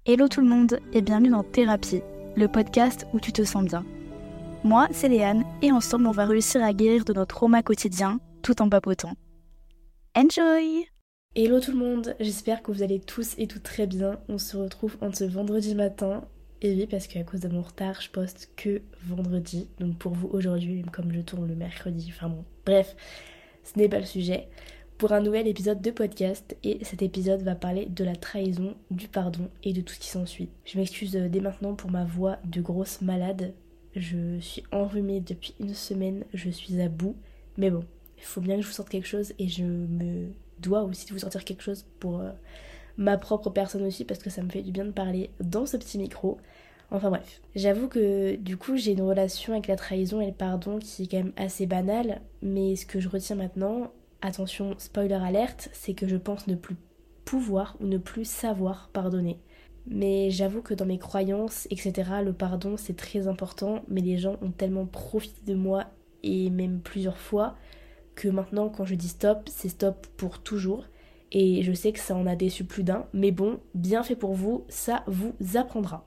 Hello tout le monde et bienvenue dans Thérapie, le podcast où tu te sens bien. Moi, c'est Léane et ensemble on va réussir à guérir de nos traumas quotidiens tout en papotant. Enjoy! Hello tout le monde, j'espère que vous allez tous et toutes très bien. On se retrouve en ce vendredi matin. Et oui, parce qu'à cause de mon retard, je poste que vendredi. Donc pour vous aujourd'hui, comme je tourne le mercredi, enfin bon, bref, ce n'est pas le sujet. Pour un nouvel épisode de podcast, et cet épisode va parler de la trahison, du pardon et de tout ce qui s'ensuit. Je m'excuse dès maintenant pour ma voix de grosse malade. Je suis enrhumée depuis une semaine, je suis à bout. Mais bon, il faut bien que je vous sorte quelque chose et je me dois aussi vous sortir quelque chose pour ma propre personne aussi parce que ça me fait du bien de parler dans ce petit micro. Enfin bref, j'avoue que du coup j'ai une relation avec la trahison et le pardon qui est quand même assez banale, mais ce que je retiens maintenant, attention spoiler alerte, c'est que je pense ne plus pouvoir ou ne plus savoir pardonner. Mais j'avoue que dans mes croyances, etc., le pardon c'est très important, mais les gens ont tellement profité de moi et même plusieurs fois que maintenant quand je dis stop, c'est stop pour toujours. Et je sais que ça en a déçu plus d'un, mais bon, bien fait pour vous, ça vous apprendra.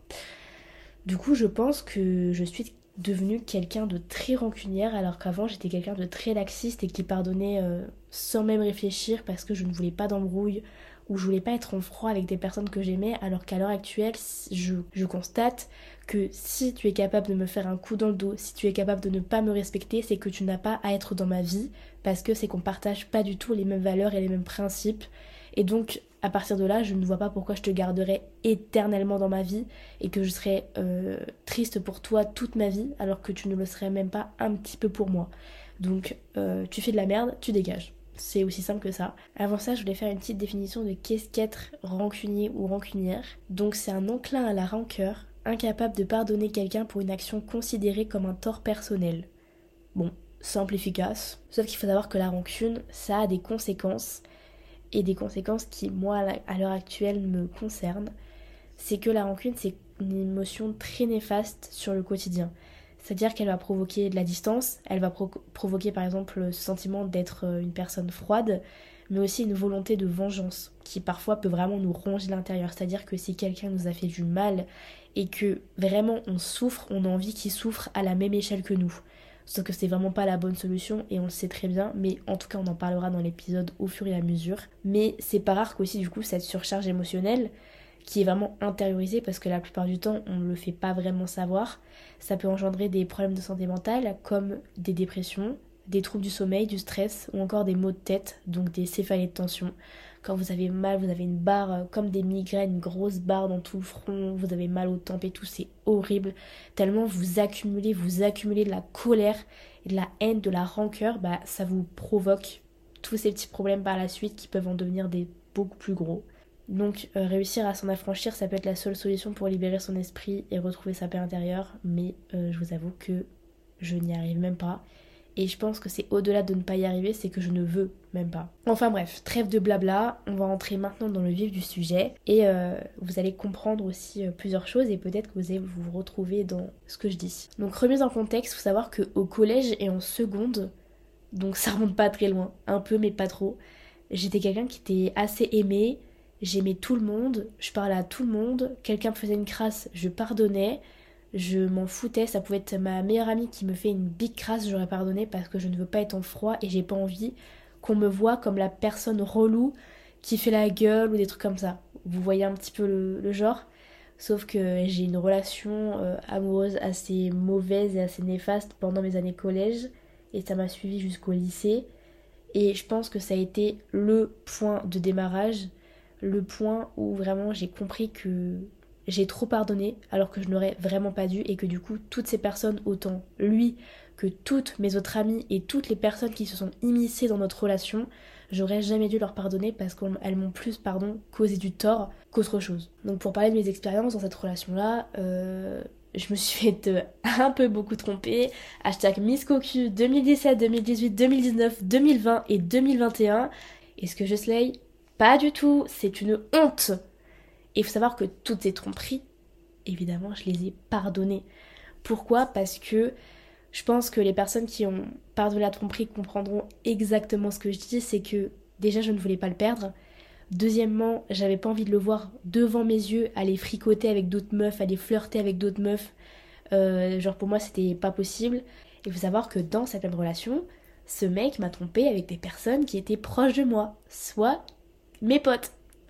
Du coup, je pense que je suis devenue quelqu'un de très rancunière, alors qu'avant j'étais quelqu'un de très laxiste et qui pardonnait sans même réfléchir parce que je ne voulais pas d'embrouille ou je voulais pas être en froid avec des personnes que j'aimais, alors qu'à l'heure actuelle, je constate que si tu es capable de me faire un coup dans le dos, si tu es capable de ne pas me respecter, c'est que tu n'as pas à être dans ma vie, parce que c'est qu'on partage pas du tout les mêmes valeurs et les mêmes principes. Et donc, à partir de là, je ne vois pas pourquoi je te garderais éternellement dans ma vie et que je serais triste pour toi toute ma vie, alors que tu ne le serais même pas un petit peu pour moi. Donc, tu fais de la merde, tu dégages. C'est aussi simple que ça. Avant ça, je voulais faire une petite définition de qu'est-ce qu'être rancunier ou rancunière. Donc, c'est un enclin à la rancœur, incapable de pardonner quelqu'un pour une action considérée comme un tort personnel. Bon, simple, efficace. Sauf qu'il faut savoir que la rancune, ça a des conséquences. Et des conséquences qui, moi, à l'heure actuelle, me concernent. C'est que la rancune, c'est une émotion très néfaste sur le quotidien. C'est-à-dire qu'elle va provoquer de la distance, elle va provoquer par exemple ce sentiment d'être une personne froide, mais aussi une volonté de vengeance qui parfois peut vraiment nous ronger l'intérieur. C'est-à-dire que si quelqu'un nous a fait du mal et que vraiment on souffre, on a envie qu'il souffre à la même échelle que nous. Sauf que c'est vraiment pas la bonne solution et on le sait très bien, mais en tout cas on en parlera dans l'épisode au fur et à mesure. Mais c'est pas rare qu'aussi du coup cette surcharge émotionnelle qui est vraiment intériorisé parce que la plupart du temps on ne le fait pas vraiment savoir. Ça peut engendrer des problèmes de santé mentale comme des dépressions, des troubles du sommeil, du stress ou encore des maux de tête, donc des céphalées de tension. Quand vous avez mal, vous avez une barre comme des migraines, une grosse barre dans tout le front, vous avez mal aux tempes et tout, c'est horrible. Tellement vous accumulez de la colère et de la haine, de la rancœur, bah ça vous provoque tous ces petits problèmes par la suite qui peuvent en devenir des beaucoup plus gros. Donc réussir à s'en affranchir, ça peut être la seule solution pour libérer son esprit et retrouver sa paix intérieure, mais je vous avoue que je n'y arrive même pas. Et je pense que c'est au-delà de ne pas y arriver, c'est que je ne veux même pas. Enfin bref, trêve de blabla, on va entrer maintenant dans le vif du sujet et vous allez comprendre aussi plusieurs choses et peut-être que vous allez vous retrouver dans ce que je dis. Donc remise en contexte, il faut savoir qu'au collège et en seconde, donc ça remonte pas très loin, un peu mais pas trop, j'étais quelqu'un qui était assez aimé. J'aimais tout le monde, je parlais à tout le monde, quelqu'un me faisait une crasse, je pardonnais, je m'en foutais, ça pouvait être ma meilleure amie qui me fait une big crasse, j'aurais pardonné parce que je ne veux pas être en froid et j'ai pas envie qu'on me voit comme la personne relou qui fait la gueule ou des trucs comme ça. Vous voyez un petit peu le genre. Sauf que j'ai une relation amoureuse assez mauvaise et assez néfaste pendant mes années collège et ça m'a suivi jusqu'au lycée. Et je pense que ça a été le point de démarrage, le point où vraiment j'ai compris que j'ai trop pardonné alors que je n'aurais vraiment pas dû et que du coup toutes ces personnes, autant lui que toutes mes autres amies et toutes les personnes qui se sont immiscées dans notre relation, j'aurais jamais dû leur pardonner parce qu'elles m'ont plus causé du tort qu'autre chose. Donc pour parler de mes expériences dans cette relation-là, je me suis fait un peu beaucoup tromper. Hashtag Miss Cocu 2017, 2018, 2019, 2020 et 2021. Est-ce que je slay? Pas du tout, c'est une honte. Et il faut savoir que toutes ces tromperies, évidemment, je les ai pardonnées. Pourquoi? Parce que je pense que les personnes qui ont pardonné la tromperie comprendront exactement ce que je dis. C'est que déjà, je ne voulais pas le perdre. Deuxièmement, j'avais pas envie de le voir devant mes yeux, aller fricoter avec d'autres meufs, aller flirter avec d'autres meufs. Genre pour moi c'était pas possible. Il faut savoir que dans cette même relation, ce mec m'a trompé avec des personnes qui étaient proches de moi, soit mes potes.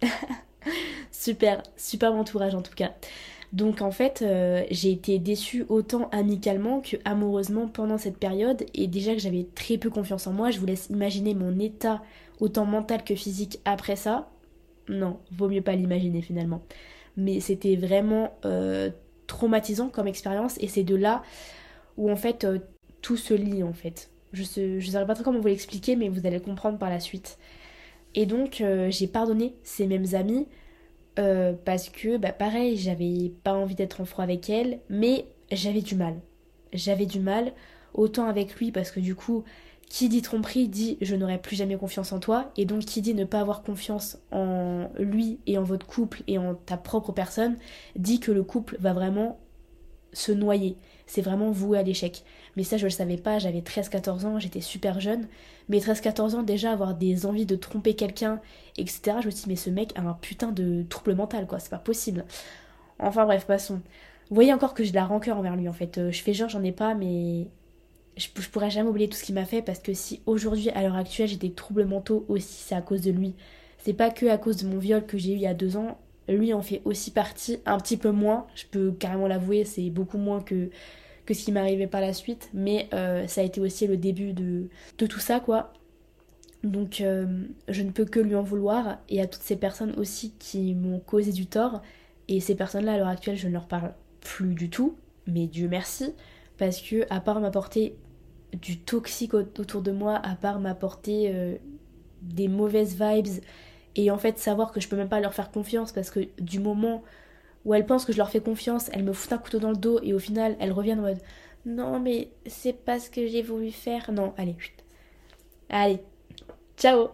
Super, super entourage en tout cas. Donc en fait, j'ai été déçue autant amicalement que amoureusement pendant cette période. Et déjà que j'avais très peu confiance en moi, je vous laisse imaginer mon état autant mental que physique après ça. Non, vaut mieux pas l'imaginer finalement. Mais c'était vraiment traumatisant comme expérience et c'est de là où en fait tout se lie en fait. Je saurais pas trop comment vous l'expliquer mais vous allez le comprendre par la suite. Et donc j'ai pardonné ces mêmes amis parce que bah pareil j'avais pas envie d'être en froid avec elle mais j'avais du mal. J'avais du mal autant avec lui parce que du coup qui dit tromperie dit je n'aurai plus jamais confiance en toi et donc qui dit ne pas avoir confiance en lui et en votre couple et en ta propre personne dit que le couple va vraiment se noyer. C'est vraiment voué à l'échec. Mais ça, je le savais pas, j'avais 13-14 ans, j'étais super jeune. Mais 13-14 ans, déjà, avoir des envies de tromper quelqu'un, etc. Je me suis dit, mais ce mec a un putain de trouble mental, quoi, c'est pas possible. Enfin bref, passons. Vous voyez encore que j'ai de la rancœur envers lui, en fait. Je fais genre, j'en ai pas, mais je pourrais jamais oublier tout ce qu'il m'a fait parce que si aujourd'hui, à l'heure actuelle, j'ai des troubles mentaux aussi, c'est à cause de lui. C'est pas que à cause de mon viol que j'ai eu il y a 2 ans, lui en fait aussi partie, un petit peu moins, je peux carrément l'avouer, c'est beaucoup moins que ce qui m'arrivait par la suite, mais ça a été aussi le début de tout ça, quoi. Donc je ne peux que lui en vouloir et à toutes ces personnes aussi qui m'ont causé du tort. Et ces personnes-là, à l'heure actuelle, je ne leur parle plus du tout, mais Dieu merci, parce que à part m'apporter du toxique autour de moi, à part m'apporter des mauvaises vibes, et en fait savoir que je peux même pas leur faire confiance parce que du moment où elles pensent que je leur fais confiance, elles me foutent un couteau dans le dos et au final elles reviennent en mode non mais c'est pas ce que j'ai voulu faire. Non, allez, chut. Allez, ciao,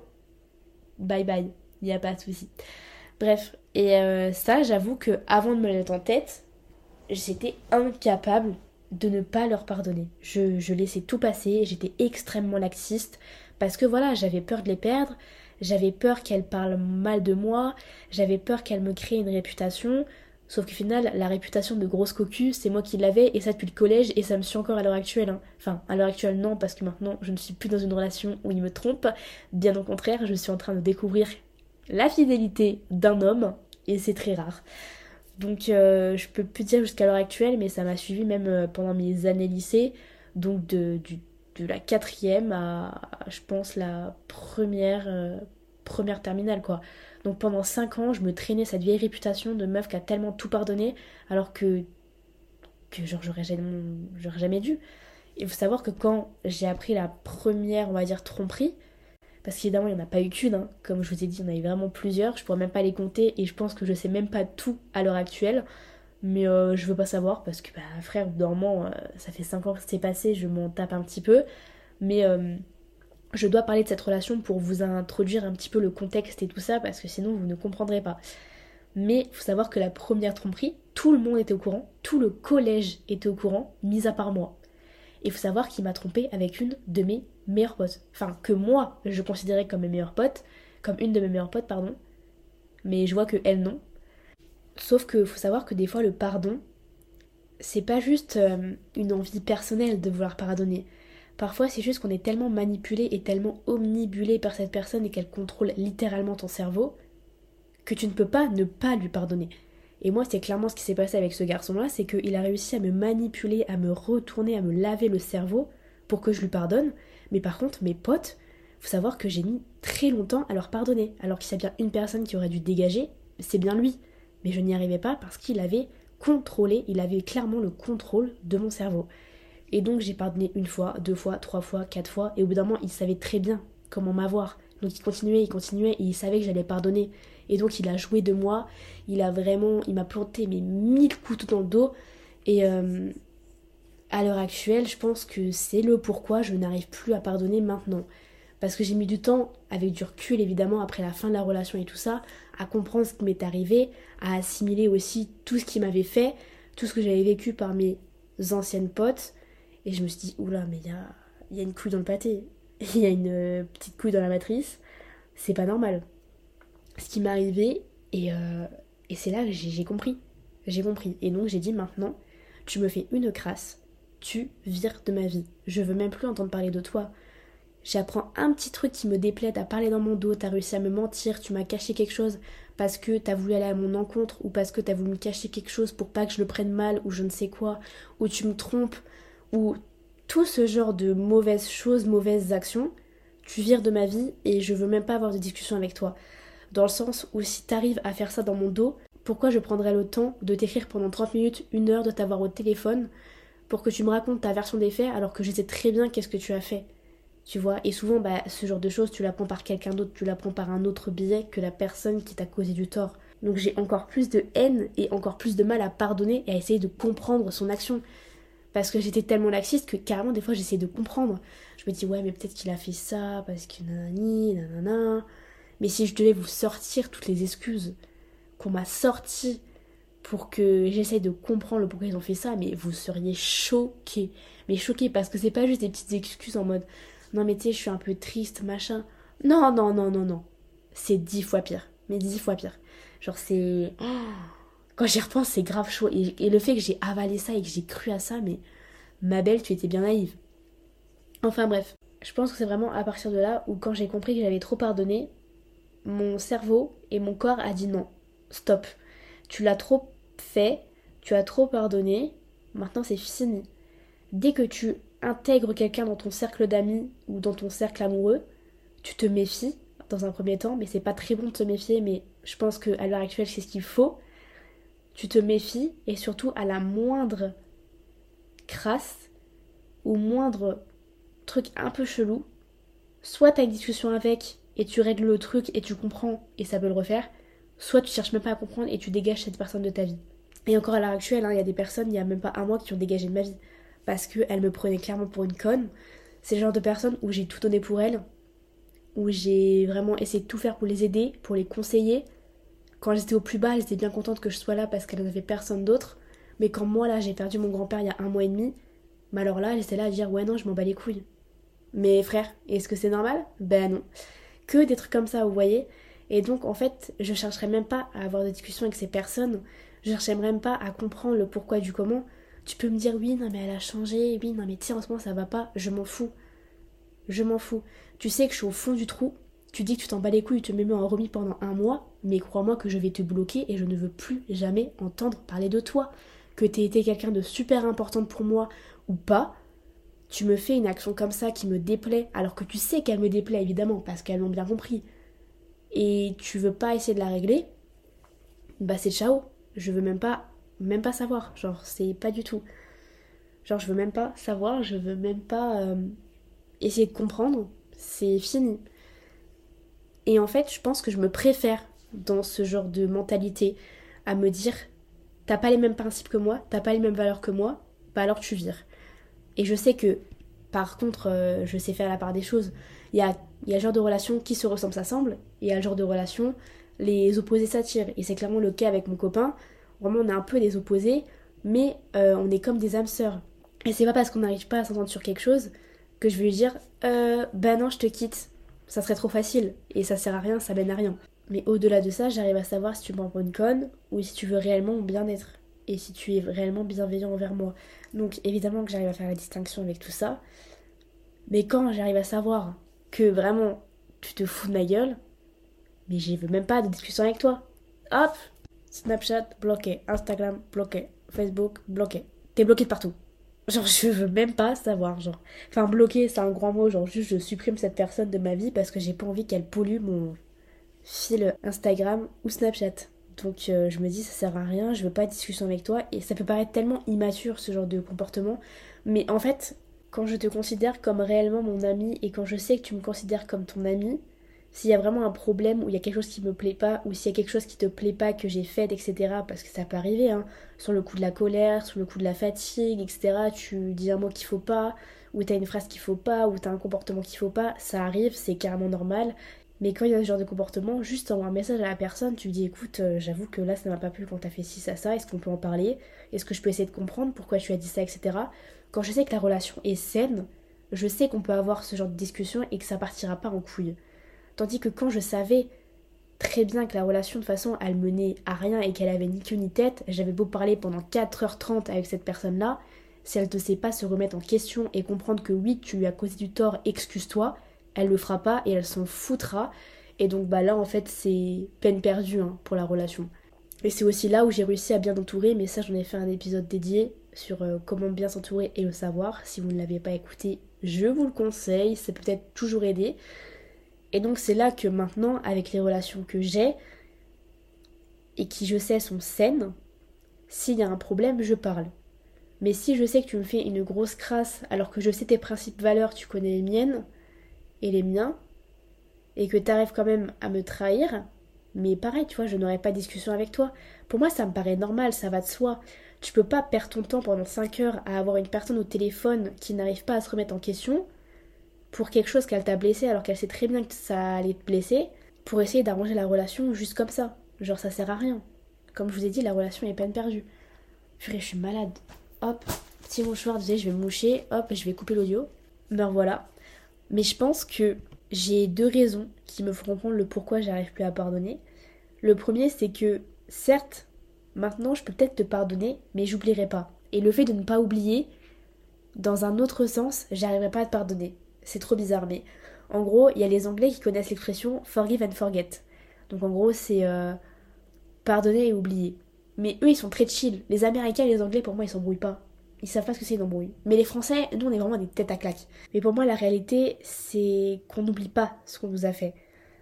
bye bye, y a pas de souci. Bref, et ça j'avoue que avant de me le mettre en tête, j'étais incapable de ne pas leur pardonner. Je laissais tout passer, j'étais extrêmement laxiste parce que voilà, j'avais peur de les perdre, j'avais peur qu'elles parlent mal de moi, j'avais peur qu'elles me créent une réputation. Sauf qu'au final, la réputation de grosse cocu, c'est moi qui l'avais et ça depuis le collège et ça me suit encore à l'heure actuelle. Hein. Enfin, à l'heure actuelle, non, parce que maintenant, je ne suis plus dans une relation où il me trompe. Bien au contraire, je suis en train de découvrir la fidélité d'un homme et c'est très rare. Donc je peux plus dire jusqu'à l'heure actuelle, mais ça m'a suivi même pendant mes années lycée, donc de la quatrième à je pense la première terminale quoi. Donc pendant 5 ans, je me traînais cette vieille réputation de meuf qui a tellement tout pardonné, alors que genre j'aurais jamais dû. Il faut savoir que quand j'ai appris la première, on va dire, tromperie, parce qu'évidemment, il n'y en a pas eu qu'une, hein. Comme je vous ai dit, il y en a eu vraiment plusieurs. Je pourrais même pas les compter et je pense que je sais même pas tout à l'heure actuelle. Mais je veux pas savoir parce que, bah, frère, dormant, ça fait 5 ans que c'est passé, je m'en tape un petit peu. Mais je dois parler de cette relation pour vous introduire un petit peu le contexte et tout ça parce que sinon vous ne comprendrez pas. Mais il faut savoir que la première tromperie, tout le monde était au courant, tout le collège était au courant, mis à part moi. Et il faut savoir qu'il m'a trompée avec une de mes meilleures potes. Enfin, que moi, je considérais comme mes meilleures potes, comme une de mes meilleures potes, pardon. Mais je vois que elle, non. Sauf que faut savoir que des fois, le pardon, c'est pas juste une envie personnelle de vouloir pardonner. Parfois, c'est juste qu'on est tellement manipulé et tellement omnibulé par cette personne et qu'elle contrôle littéralement ton cerveau que tu ne peux pas ne pas lui pardonner. Et moi, c'est clairement ce qui s'est passé avec ce garçon-là, c'est qu'il a réussi à me manipuler, à me retourner, à me laver le cerveau pour que je lui pardonne. Mais par contre, mes potes, faut savoir que j'ai mis très longtemps à leur pardonner. Alors qu'il y a bien une personne qui aurait dû dégager, c'est bien lui. Mais je n'y arrivais pas parce qu'il avait contrôlé, il avait clairement le contrôle de mon cerveau. Et donc j'ai pardonné une fois, 2 fois, 3 fois, 4 fois, et au bout d'un moment, il savait très bien comment m'avoir. Donc il continuait, et il savait que j'allais pardonner. Et donc il a joué de moi, il m'a planté mes 1000 couteaux dans le dos. Et à l'heure actuelle, je pense que c'est le pourquoi je n'arrive plus à pardonner maintenant. Parce que j'ai mis du temps, avec du recul évidemment, après la fin de la relation et tout ça, à comprendre ce qui m'est arrivé, à assimiler aussi tout ce qui m'avait fait, tout ce que j'avais vécu par mes anciennes potes. Et je me suis dit, oula, mais il y a une couille dans le pâté, il y a une petite couille dans la matrice, c'est pas normal. ce qui m'est arrivé et c'est là que j'ai compris. J'ai compris. Et donc j'ai dit maintenant, tu me fais une crasse, tu vires de ma vie. Je veux même plus entendre parler de toi. J'apprends un petit truc qui me déplaît, t'as parlé dans mon dos, t'as réussi à me mentir, tu m'as caché quelque chose parce que t'as voulu aller à mon encontre ou parce que t'as voulu me cacher quelque chose pour pas que je le prenne mal ou je ne sais quoi, ou tu me trompes, ou tout ce genre de mauvaises choses, mauvaises actions, tu vires de ma vie et je veux même pas avoir de discussion avec toi. Dans le sens où si t'arrives à faire ça dans mon dos, pourquoi je prendrais le temps de t'écrire pendant 30 minutes, 1 heure, de t'avoir au téléphone pour que tu me racontes ta version des faits alors que je sais très bien qu'est-ce que tu as fait. Tu vois, et souvent, ce genre de choses, tu l'apprends par quelqu'un d'autre, tu l'apprends par un autre biais que la personne qui t'a causé du tort. Donc j'ai encore plus de haine et encore plus de mal à pardonner et à essayer de comprendre son action. Parce que j'étais tellement laxiste que carrément, des fois, j'essayais de comprendre. Je me dis, ouais, mais peut-être qu'il a fait ça parce que nanani, nanana. Mais si je devais vous sortir toutes les excuses qu'on m'a sorties pour que j'essaye de comprendre le pourquoi ils ont fait ça, mais vous seriez choqués. Mais choqués parce que c'est pas juste des petites excuses en mode non mais tu sais je suis un peu triste machin. Non non non non non. C'est 10 fois pire. Mais 10 fois pire. Genre c'est... Quand j'y repense c'est grave chaud. Et le fait que j'ai avalé ça et que j'ai cru à ça, mais ma belle tu étais bien naïve. Enfin bref. Je pense que c'est vraiment à partir de là où quand j'ai compris que j'avais trop pardonné, mon cerveau et mon corps a dit non. Stop. Tu l'as trop fait, tu as trop pardonné, maintenant c'est fini. Dès que tu intègres quelqu'un dans ton cercle d'amis ou dans ton cercle amoureux, tu te méfies dans un premier temps, mais c'est pas très bon de se méfier, mais je pense qu'à l'heure actuelle c'est ce qu'il faut. Tu te méfies et surtout à la moindre crasse ou moindre truc un peu chelou, soit t'as une discussion avec et tu règles le truc et tu comprends et ça peut le refaire, soit tu cherches même pas à comprendre et tu dégages cette personne de ta vie. Et encore à l'heure actuelle, il y a des personnes, il y a même pas un mois, qui ont dégagé de ma vie. Parce qu'elles me prenaient clairement pour une conne. C'est le genre de personnes où j'ai tout donné pour elles, où j'ai vraiment essayé de tout faire pour les aider, pour les conseiller. Quand j'étais au plus bas, elles étaient bien contentes que je sois là parce qu'elles n'avaient personne d'autre. Mais quand moi, là, j'ai perdu mon grand-père il y a 1 mois et demi, alors là, elles étaient là à dire ouais, non, je m'en bats les couilles. Mais frère, est-ce que c'est normal? Ben non. Que des trucs comme ça, vous voyez. Et donc, en fait, je chercherais même pas à avoir des discussions avec ces personnes. Je chercherais même pas à comprendre le pourquoi du comment. Tu peux me dire, oui, non, mais elle a changé. Oui, non, mais tu sais, en ce moment, ça va pas. Je m'en fous. Je m'en fous. Tu sais que je suis au fond du trou. Tu dis que tu t'en bats les couilles, tu me mets en remis pendant 1 mois. Mais crois-moi que je vais te bloquer et je ne veux plus jamais entendre parler de toi. Que t'aies été quelqu'un de super important pour moi ou pas. Tu me fais une action comme ça qui me déplaît, alors que tu sais qu'elle me déplaît évidemment, parce qu'elles l'ont bien compris, et tu veux pas essayer de la régler, bah c'est ciao. Je veux même pas savoir. Genre, c'est pas du tout. Genre, je veux même pas savoir, je veux même pas essayer de comprendre. C'est fini. Et en fait, je pense que je me préfère dans ce genre de mentalité à me dire, t'as pas les mêmes principes que moi, t'as pas les mêmes valeurs que moi, bah alors tu vires. Et je sais que, par contre, je sais faire la part des choses. Il y a le genre de relation qui se ressemble, s'assemble, et il y a le genre de relation, les opposés s'attirent. Et c'est clairement le cas avec mon copain. Vraiment, on est un peu des opposés, mais on est comme des âmes sœurs. Et c'est pas parce qu'on n'arrive pas à s'entendre sur quelque chose que je vais lui dire bah non, je te quitte. Ça serait trop facile, et ça sert à rien, ça mène à rien. Mais au-delà de ça, j'arrive à savoir si tu me prends pour une conne, ou si tu veux réellement mon bien-être, et si tu es réellement bienveillant envers moi. Donc évidemment que j'arrive à faire la distinction avec tout ça. Mais quand j'arrive à savoir que vraiment tu te fous de ma gueule, mais je veux même pas de discussion avec toi. Hop, Snapchat bloqué, Instagram bloqué, Facebook bloqué. T'es bloqué de partout. Genre je veux même pas savoir, genre. Enfin bloqué c'est un grand mot, genre juste je supprime cette personne de ma vie parce que j'ai pas envie qu'elle pollue mon fil Instagram ou Snapchat. Donc je me dis ça sert à rien, je veux pas de discussion avec toi et ça peut paraître tellement immature ce genre de comportement, mais en fait quand je te considère comme réellement mon ami et quand je sais que tu me considères comme ton ami, s'il y a vraiment un problème ou il y a quelque chose qui me plaît pas ou s'il y a quelque chose qui te plaît pas que j'ai fait etc, parce que ça peut arriver hein, sur le coup de la colère, sur le coup de la fatigue etc, tu dis un mot qu'il faut pas ou t'as une phrase qu'il faut pas ou t'as un comportement qu'il faut pas, ça arrive, c'est carrément normal. Mais quand il y a ce genre de comportement, juste envoie un message à la personne, tu lui dis écoute, j'avoue que là ça m'a pas plu quand t'as fait ci, ça, est-ce qu'on peut en parler? Est-ce que je peux essayer de comprendre pourquoi tu as dit ça, etc. Quand je sais que la relation est saine, je sais qu'on peut avoir ce genre de discussion et que ça partira pas en couille. Tandis que quand je savais très bien que la relation de toute façon elle menait à rien et qu'elle avait ni queue ni tête. J'avais beau parler pendant 4h30 avec cette personne-là, si elle ne sait pas se remettre en question et comprendre que oui, tu lui as causé du tort, excuse-toi, elle le fera pas et elle s'en foutra. Et donc bah là en fait c'est peine perdue hein, pour la relation. Et c'est aussi là où j'ai réussi à bien m'entourer, mais ça j'en ai fait un épisode dédié sur comment bien s'entourer et le savoir. Si vous ne l'avez pas écouté, je vous le conseille, ça peut être toujours aidé. Et donc c'est là que maintenant, avec les relations que j'ai, et qui je sais sont saines, s'il y a un problème, je parle. Mais si je sais que tu me fais une grosse crasse alors que je sais tes principes valeurs, tu connais les miennes et les miens, et que tu arrives quand même à me trahir, mais pareil, tu vois, je n'aurai pas de discussion avec toi. Pour moi, ça me paraît normal, ça va de soi. Tu peux pas perdre ton temps pendant 5 heures à avoir une personne au téléphone qui n'arrive pas à se remettre en question pour quelque chose qu'elle t'a blessé alors qu'elle sait très bien que ça allait te blesser, pour essayer d'arranger la relation juste comme ça. Genre ça sert à rien. Comme je vous ai dit, la relation est peine perdue. Purée, je suis malade. Hop, petit mouchoir, désolé, je vais me moucher. Hop, je vais couper l'audio. Ben voilà. Mais je pense que j'ai 2 raisons qui me feront comprendre le pourquoi j'arrive plus à pardonner. Le premier, c'est que, certes, maintenant je peux peut-être te pardonner, mais j'oublierai pas. Et le fait de ne pas oublier, dans un autre sens, j'arriverai pas à te pardonner. C'est trop bizarre, mais en gros, il y a les Anglais qui connaissent l'expression forgive and forget. Donc en gros, c'est pardonner et oublier. Mais eux, ils sont très chill. Les Américains et les Anglais, pour moi, ils s'embrouillent pas. Ils savent pas ce que c'est une embrouille. Mais les Français, nous, on est vraiment des têtes à claques. Mais pour moi, la réalité, c'est qu'on n'oublie pas ce qu'on nous a fait.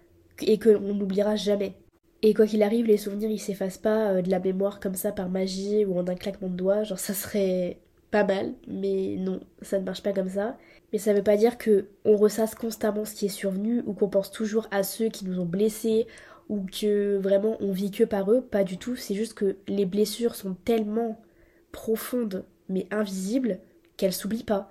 Et qu'on n'oubliera jamais. Et quoi qu'il arrive, les souvenirs, ils s'effacent pas de la mémoire comme ça par magie ou en un claquement de doigts. Genre, ça serait pas mal, mais non, ça ne marche pas comme ça. Mais ça veut pas dire que on ressasse constamment ce qui est survenu ou qu'on pense toujours à ceux qui nous ont blessés ou que vraiment on vit que par eux. Pas du tout. C'est juste que les blessures sont tellement profondes mais invisibles qu'elles s'oublient pas.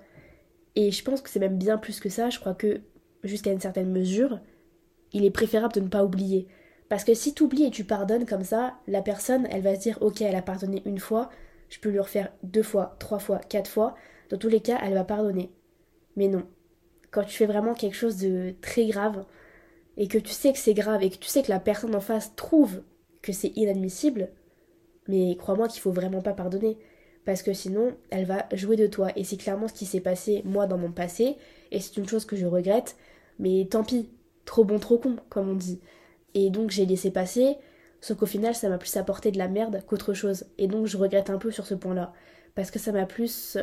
Et je pense que c'est même bien plus que ça. Je crois que jusqu'à une certaine mesure, il est préférable de ne pas oublier. Parce que si tu oublies et tu pardonnes comme ça, la personne, elle va se dire ok, elle a pardonné une fois, je peux lui refaire 2 fois, 3 fois, 4 fois. Dans tous les cas, elle va pardonner. Mais non. Quand tu fais vraiment quelque chose de très grave, et que tu sais que c'est grave, et que tu sais que la personne en face trouve que c'est inadmissible, mais crois-moi qu'il faut vraiment pas pardonner. Parce que sinon, elle va jouer de toi. Et c'est clairement ce qui s'est passé, moi, dans mon passé, et c'est une chose que je regrette, mais tant pis. Trop bon, trop con, comme on dit. Et donc j'ai laissé passer, sauf qu'au final, ça m'a plus apporté de la merde qu'autre chose. Et donc je regrette un peu sur ce point-là. Parce que ça m'a plus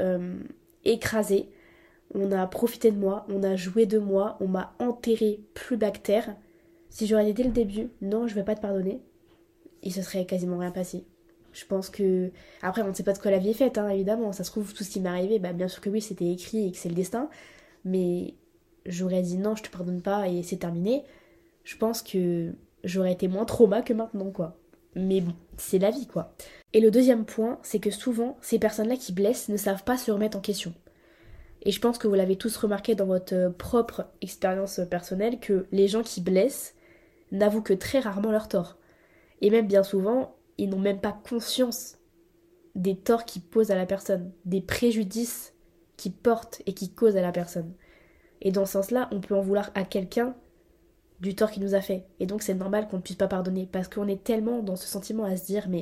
écrasé. On a profité de moi, on a joué de moi, on m'a enterré plus bactère. Si j'aurais dit dès le début, non, je vais pas te pardonner, il se serait quasiment rien passé. Je pense que. Après, on ne sait pas de quoi la vie est faite, hein, évidemment. Ça se trouve, tout ce qui m'est arrivé, bah, bien sûr que oui, c'était écrit et que c'est le destin. Mais j'aurais dit non, je te pardonne pas et c'est terminé. Je pense que j'aurais été moins trauma que maintenant, quoi. Mais bon, c'est la vie, quoi. Et le deuxième point, c'est que souvent, ces personnes-là qui blessent ne savent pas se remettre en question. Et je pense que vous l'avez tous remarqué dans votre propre expérience personnelle, que les gens qui blessent n'avouent que très rarement leur tort. Et même bien souvent, ils n'ont même pas conscience des torts qu'ils posent à la personne, des préjudices qu'ils portent et qu'ils causent à la personne. Et dans ce sens-là, on peut en vouloir à quelqu'un du tort qu'il nous a fait. Et donc c'est normal qu'on ne puisse pas pardonner, parce qu'on est tellement dans ce sentiment à se dire mais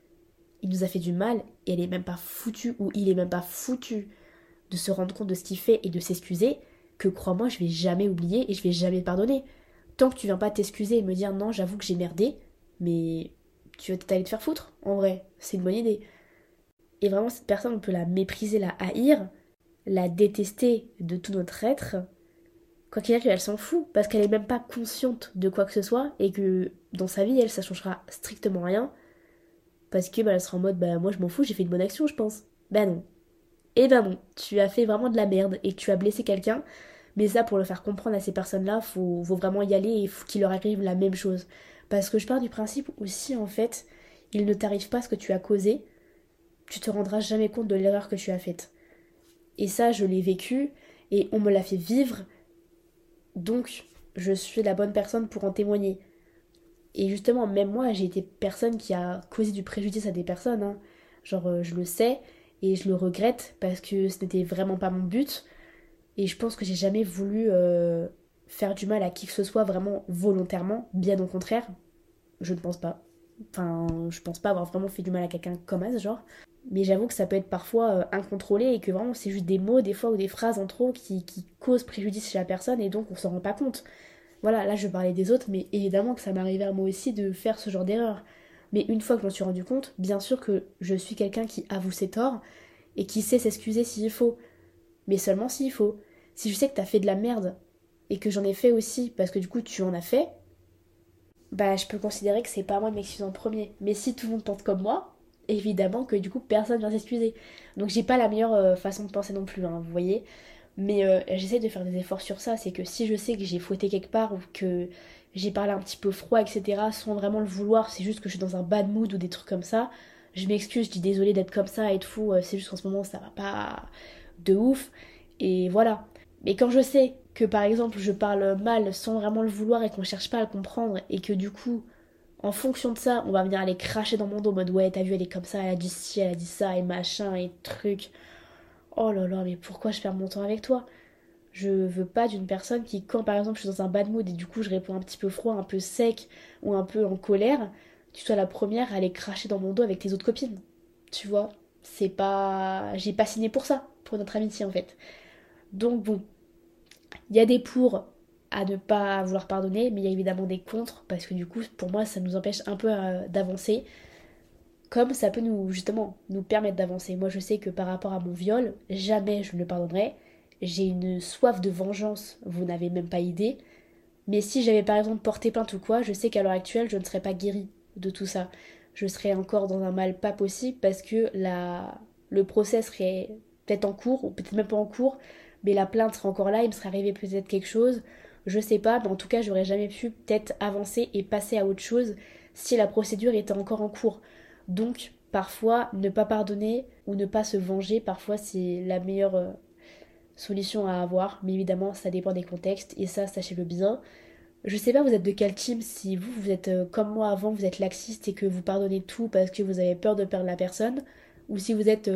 il nous a fait du mal et elle est même pas foutue ou il est même pas foutu de se rendre compte de ce qu'il fait et de s'excuser, que crois-moi, je vais jamais oublier et je vais jamais pardonner. Tant que tu viens pas t'excuser et me dire non, j'avoue que j'ai merdé, mais tu vas peut-être aller te faire foutre, en vrai, c'est une bonne idée. Et vraiment, cette personne, on peut la mépriser, la haïr, la détester de tout notre être. Quoi qu'il arrive, elle s'en fout, parce qu'elle est même pas consciente de quoi que ce soit, et que dans sa vie, elle, ça changera strictement rien, parce que bah, elle sera en mode, bah moi je m'en fous, j'ai fait une bonne action, je pense. Bah non. Eh ben non, tu as fait vraiment de la merde, et tu as blessé quelqu'un, mais ça, pour le faire comprendre à ces personnes-là, faut vraiment y aller, et il faut qu'il leur arrive la même chose. Parce que je pars du principe où si, en fait, il ne t'arrive pas ce que tu as causé, tu te rendras jamais compte de l'erreur que tu as faite. Et ça, je l'ai vécu, et on me l'a fait vivre, donc je suis la bonne personne pour en témoigner. Et justement, même moi, j'ai été personne qui a causé du préjudice à des personnes, hein. Genre, je le sais, et je le regrette, parce que ce n'était vraiment pas mon but, et je pense que j'ai jamais voulu faire du mal à qui que ce soit vraiment volontairement, bien au contraire. je ne pense pas. Enfin, je pense pas avoir vraiment fait du mal à quelqu'un comme ça, genre. Mais j'avoue que ça peut être parfois incontrôlé et que vraiment c'est juste des mots des fois ou des phrases en trop qui causent préjudice chez la personne et donc on s'en rend pas compte. Voilà, là je parlais des autres, mais évidemment que ça m'arrivait à moi aussi de faire ce genre d'erreur. Mais une fois que je m'en suis rendu compte, bien sûr que je suis quelqu'un qui avoue ses torts et qui sait s'excuser s'il faut. Mais seulement s'il faut. Si je sais que t'as fait de la merde et que j'en ai fait aussi parce que du coup tu en as fait, bah je peux considérer que c'est pas à moi de m'excuser en premier. Mais si tout le monde pense comme moi, évidemment que du coup personne vient s'excuser. Donc j'ai pas la meilleure façon de penser non plus, hein, vous voyez. Mais j'essaie de faire des efforts sur ça. C'est que si je sais que j'ai fouetté quelque part ou que j'ai parlé un petit peu froid, etc., sans vraiment le vouloir, c'est juste que je suis dans un bad mood ou des trucs comme ça, je m'excuse, je dis désolé d'être comme ça et tout, c'est juste qu'en ce moment ça va pas de ouf. Et voilà. Mais quand je sais que par exemple je parle mal sans vraiment le vouloir et qu'on cherche pas à le comprendre et que du coup, en fonction de ça, on va venir aller cracher dans mon dos en mode ouais, t'as vu, elle est comme ça, elle a dit ci, elle a dit ça et machin et truc. Oh là là, mais pourquoi je perds mon temps avec toi? Je veux pas d'une personne qui, quand par exemple je suis dans un bad mood et du coup je réponds un petit peu froid, un peu sec ou un peu en colère, tu sois la première à aller cracher dans mon dos avec tes autres copines. Tu vois? C'est pas. J'ai pas signé pour ça, pour notre amitié en fait. Donc bon, il y a des pour à ne pas vouloir pardonner, mais il y a évidemment des contre, parce que du coup, pour moi, ça nous empêche un peu d'avancer, comme ça peut nous, justement, nous permettre d'avancer. Moi, je sais que par rapport à mon viol, jamais je ne le pardonnerai. J'ai une soif de vengeance, vous n'avez même pas idée. Mais si j'avais par exemple porté plainte ou quoi, je sais qu'à l'heure actuelle, je ne serais pas guérie de tout ça. Je serais encore dans un mal pas possible parce que le procès serait peut-être en cours, ou peut-être même pas en cours, mais la plainte serait encore là, il me serait arrivé peut-être quelque chose. Je sais pas, mais en tout cas, j'aurais jamais pu peut-être avancer et passer à autre chose si la procédure était encore en cours. Donc, parfois, ne pas pardonner ou ne pas se venger, parfois c'est la meilleure solution à avoir, mais évidemment, ça dépend des contextes, et ça, sachez-le bien. Je sais pas, vous êtes de quel team, si vous êtes comme moi avant, vous êtes laxiste et que vous pardonnez tout parce que vous avez peur de perdre la personne, ou si vous êtes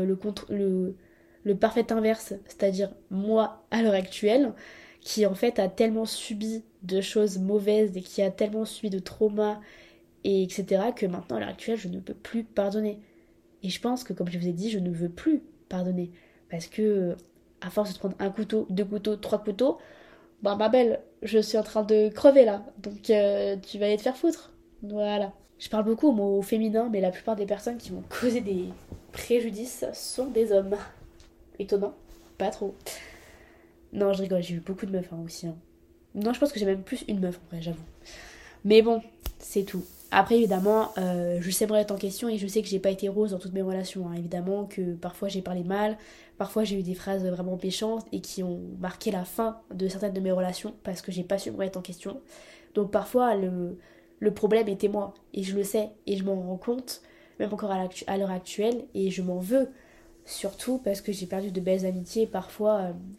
le parfait inverse, c'est-à-dire moi à l'heure actuelle, qui en fait a tellement subi de choses mauvaises et qui a tellement subi de traumas et etc. que maintenant à l'heure actuelle je ne peux plus pardonner. Et je pense que comme je vous ai dit, je ne veux plus pardonner. Parce que à force de prendre un couteau, deux couteaux, trois couteaux, bah ma belle, je suis en train de crever là. Donc tu vas aller te faire foutre. Voilà. Je parle beaucoup au mot féminin, mais la plupart des personnes qui vont causer des préjudices sont des hommes. Étonnant. Pas trop. Non, je rigole, j'ai eu beaucoup de meufs hein, aussi. Hein. Non, je pense que j'ai même plus une meuf en vrai, j'avoue. Mais bon, c'est tout. Après, évidemment, je sais me remettre en question et je sais que j'ai pas été rose dans toutes mes relations. Hein. Évidemment que parfois j'ai parlé mal, parfois j'ai eu des phrases vraiment méchantes et qui ont marqué la fin de certaines de mes relations parce que j'ai pas su me remettre en question. Donc parfois, le problème était moi et je le sais et je m'en rends compte, même encore à l'heure actuelle, et je m'en veux. Surtout parce que j'ai perdu de belles amitiés parfois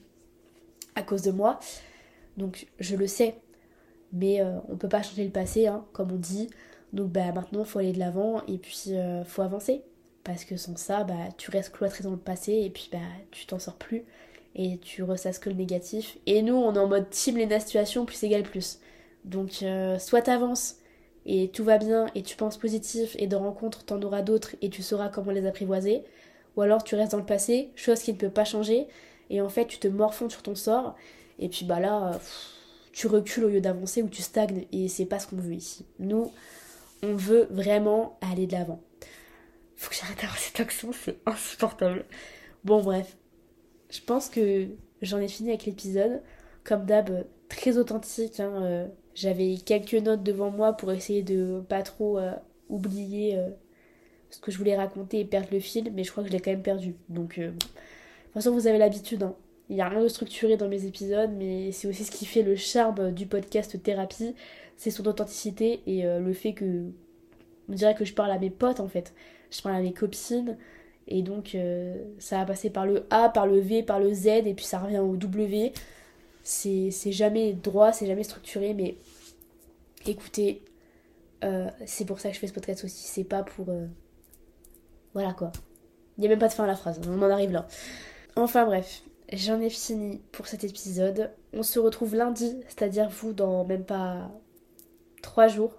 à cause de moi. Donc je le sais, mais on peut pas changer le passé, hein, comme on dit. Donc bah maintenant faut aller de l'avant et puis faut avancer. Parce que sans ça, bah tu restes cloîtré dans le passé et puis bah tu t'en sors plus. Et tu ressasses que le négatif. Et nous on est en mode team Lena situation plus égale plus. Donc soit t'avances et tout va bien et tu penses positif et de rencontres t'en auras d'autres et tu sauras comment les apprivoiser. Ou alors tu restes dans le passé, chose qui ne peut pas changer. Et en fait tu te morfonds sur ton sort. Et puis bah là, tu recules au lieu d'avancer ou tu stagnes et c'est pas ce qu'on veut ici. Nous, on veut vraiment aller de l'avant. Faut que j'arrête d'avoir cet accent, c'est insupportable. Bon bref, je pense que j'en ai fini avec l'épisode. Comme d'hab, très authentique. Hein, j'avais quelques notes devant moi pour essayer de pas trop oublier ce que je voulais raconter et perdre le fil, mais je crois que je l'ai quand même perdu. Donc bon. De toute façon, vous avez l'habitude, hein. Il n'y a rien de structuré dans mes épisodes, mais c'est aussi ce qui fait le charme du podcast Thérapie, c'est son authenticité et le fait que on dirait que je parle à mes potes en fait, je parle à mes copines et donc ça va passer par le A, par le V, par le Z et puis ça revient au W. C'est jamais droit, c'est jamais structuré, mais écoutez, c'est pour ça que je fais ce podcast aussi, c'est pas pour voilà quoi. Il n'y a même pas de fin à la phrase, on en arrive là. Enfin bref, j'en ai fini pour cet épisode. On se retrouve lundi, c'est-à-dire vous dans même pas 3 jours.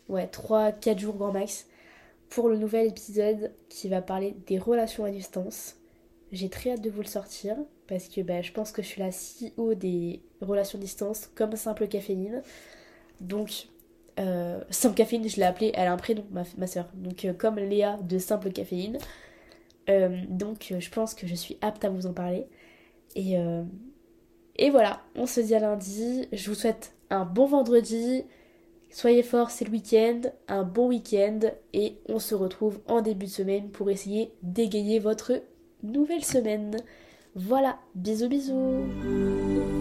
ouais, 3-4 jours grand max, pour le nouvel épisode qui va parler des relations à distance. J'ai très hâte de vous le sortir parce que je pense que je suis la CEO des relations à distance comme Simple Caféine. Donc, Simple Caféine, je l'ai appelée, elle a un prénom, ma soeur. Donc, comme Léa de Simple Caféine. Donc, je pense que je suis apte à vous en parler. Et, euh, et voilà, on se dit à lundi. Je vous souhaite un bon vendredi. Soyez forts, c'est le week-end. Un bon week-end. Et on se retrouve en début de semaine pour essayer d'égayer votre nouvelle semaine. Voilà, bisous bisous.